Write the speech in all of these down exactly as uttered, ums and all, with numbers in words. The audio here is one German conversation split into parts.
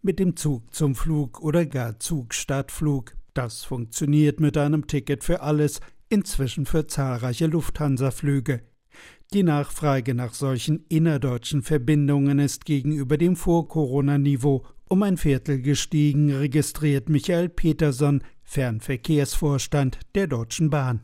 mit dem Zug zum Flug oder gar Zug statt Flug. Das funktioniert mit einem Ticket für alles, inzwischen für zahlreiche Lufthansa-Flüge. Die Nachfrage nach solchen innerdeutschen Verbindungen ist gegenüber dem Vor-Corona-Niveau um ein Viertel gestiegen, registriert Michael Peterson, Fernverkehrsvorstand der Deutschen Bahn.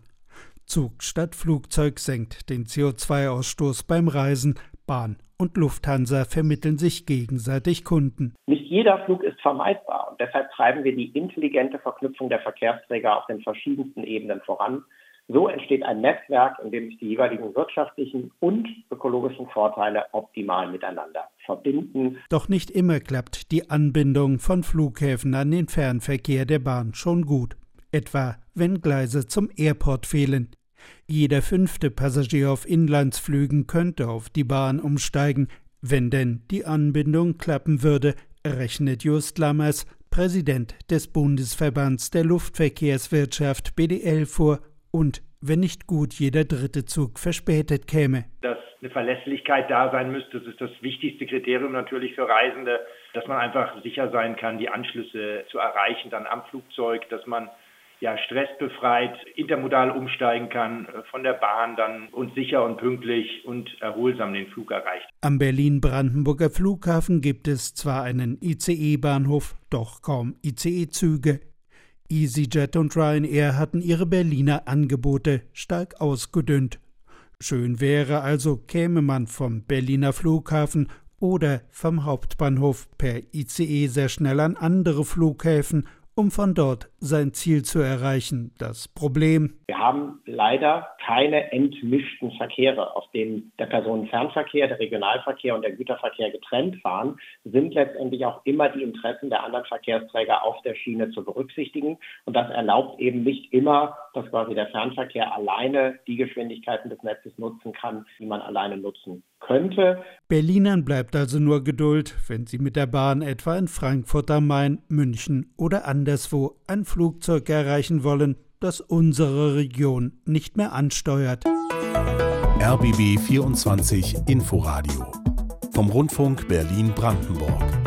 Zug statt Flugzeug senkt den C O zwei Ausstoß beim Reisen. Bahn und Lufthansa vermitteln sich gegenseitig Kunden. Nicht jeder Flug ist vermeidbar und deshalb treiben wir die intelligente Verknüpfung der Verkehrsträger auf den verschiedensten Ebenen voran. So entsteht ein Netzwerk, in dem sich die jeweiligen wirtschaftlichen und ökologischen Vorteile optimal miteinander verbinden. Doch nicht immer klappt die Anbindung von Flughäfen an den Fernverkehr der Bahn schon gut. Etwa, wenn Gleise zum Airport fehlen. Jeder fünfte Passagier auf Inlandsflügen könnte auf die Bahn umsteigen, wenn denn die Anbindung klappen würde, rechnet Just Lammers, Präsident des Bundesverbands der Luftverkehrswirtschaft B D L, vor, und wenn nicht gut jeder dritte Zug verspätet käme. Dass eine Verlässlichkeit da sein müsste, das ist das wichtigste Kriterium natürlich für Reisende, dass man einfach sicher sein kann, die Anschlüsse zu erreichen, dann am Flugzeug, dass man ja stressbefreit intermodal umsteigen kann von der Bahn dann und sicher und pünktlich und erholsam den Flug erreicht. Am Berlin-Brandenburger Flughafen gibt es zwar einen I C E-Bahnhof, doch kaum I C E-Züge. EasyJet und Ryanair hatten ihre Berliner Angebote stark ausgedünnt. Schön wäre also, käme man vom Berliner Flughafen oder vom Hauptbahnhof per I C E sehr schnell an andere Flughäfen, um von dort sein Ziel zu erreichen. Das Problem: Wir haben leider keine entmischten Verkehre, auf denen der Personenfernverkehr, der Regionalverkehr und der Güterverkehr getrennt fahren, sind letztendlich auch immer die Interessen der anderen Verkehrsträger auf der Schiene zu berücksichtigen. Und das erlaubt eben nicht immer, dass quasi der Fernverkehr alleine die Geschwindigkeiten des Netzes nutzen kann, die man alleine nutzen könnte. Berlinern bleibt also nur Geduld, wenn sie mit der Bahn etwa in Frankfurt am Main, München oder anderswo ein Flugzeug erreichen wollen, das unsere Region nicht mehr ansteuert. R B B vierundzwanzig Inforadio vom Rundfunk Berlin-Brandenburg.